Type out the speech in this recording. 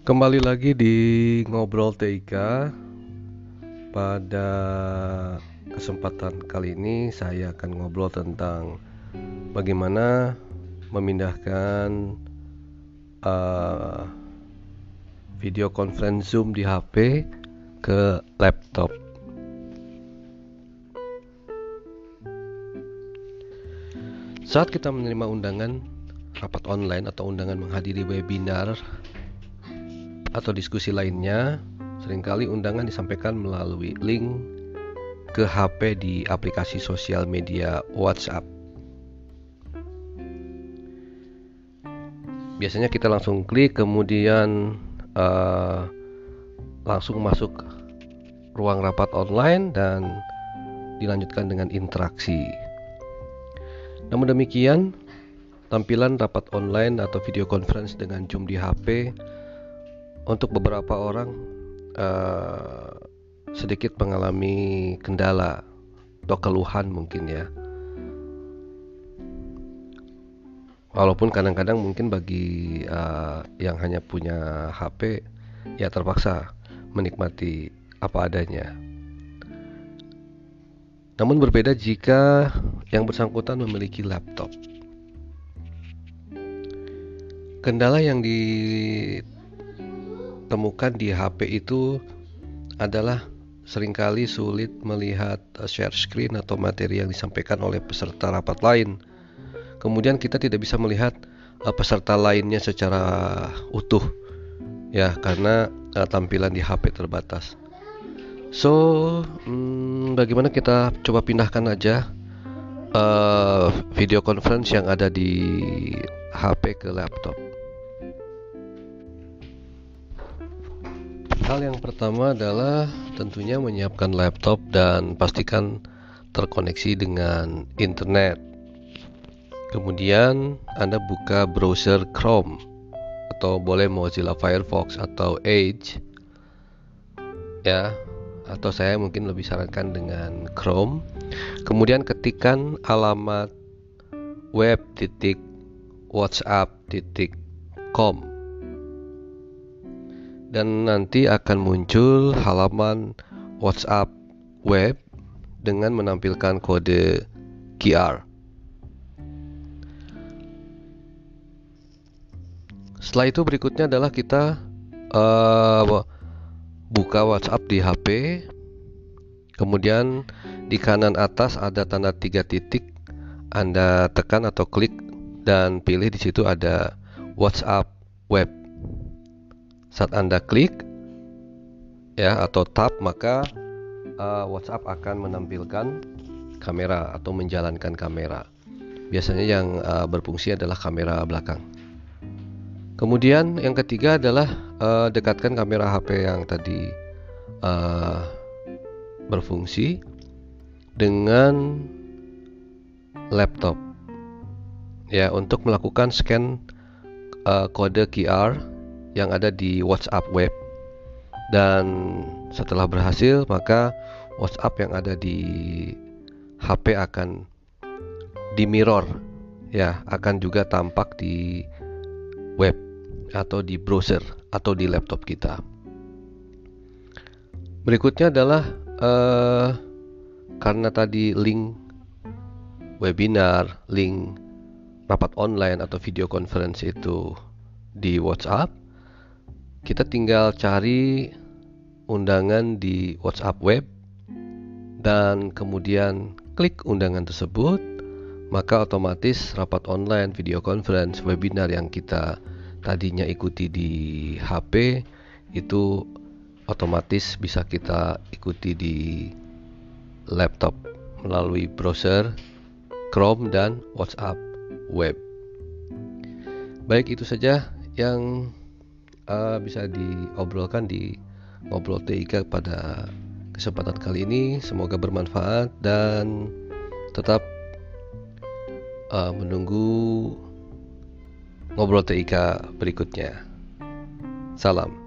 Kembali lagi di Ngobrol TIK. Pada kesempatan kali ini saya akan ngobrol tentang bagaimana memindahkan video conference Zoom di HP ke laptop. Saat kita menerima undangan rapat online atau undangan menghadiri webinar atau diskusi lainnya, seringkali undangan disampaikan melalui link ke HP di aplikasi sosial media WhatsApp. Biasanya kita langsung klik, kemudian langsung masuk ruang rapat online dan dilanjutkan dengan interaksi. Namun demikian, tampilan rapat online atau video conference dengan Zoom di HP untuk beberapa orang sedikit mengalami kendala atau keluhan mungkin ya. Walaupun kadang-kadang mungkin bagi yang hanya punya HP ya terpaksa menikmati apa adanya. Namun berbeda jika yang bersangkutan memiliki laptop. Kendala yang ditemukan di HP itu adalah seringkali sulit melihat share screen atau materi yang disampaikan oleh peserta rapat lain. Kemudian kita tidak bisa melihat peserta lainnya secara utuh ya, karena tampilan di HP terbatas. Bagaimana kita coba pindahkan aja video conference yang ada di HP ke laptop. Hal yang pertama adalah tentunya menyiapkan laptop dan pastikan terkoneksi dengan internet. Kemudian Anda buka browser Chrome atau boleh Mozilla Firefox atau Edge ya, atau saya mungkin lebih sarankan dengan Chrome. Kemudian ketikkan alamat web.whatsapp.com dan nanti akan muncul halaman WhatsApp web dengan menampilkan kode QR. Setelah itu berikutnya adalah kita buka WhatsApp di HP. Kemudian di kanan atas ada tanda 3 titik. Anda tekan atau klik dan pilih di situ ada WhatsApp web. Saat Anda klik ya atau tap, maka WhatsApp akan menampilkan kamera atau menjalankan kamera. Biasanya yang berfungsi adalah kamera belakang. Kemudian yang ketiga adalah dekatkan kamera HP yang tadi berfungsi dengan laptop ya, untuk melakukan scan kode QR yang ada di WhatsApp web. Dan setelah berhasil, maka WhatsApp yang ada di HP akan di mirror ya, akan juga tampak di web atau di browser atau di laptop kita. Berikutnya adalah karena tadi link webinar, link rapat online atau video conference itu di WhatsApp, kita tinggal cari undangan di WhatsApp web dan kemudian klik undangan tersebut, maka otomatis rapat online, video conference, webinar yang kita tadinya ikuti di HP itu otomatis bisa kita ikuti di laptop melalui browser Chrome dan WhatsApp web. Baik, itu saja yang bisa diobrolkan di Ngobrol TIK pada kesempatan kali ini. Semoga bermanfaat dan tetap menunggu Ngobrol TIK berikutnya. Salam.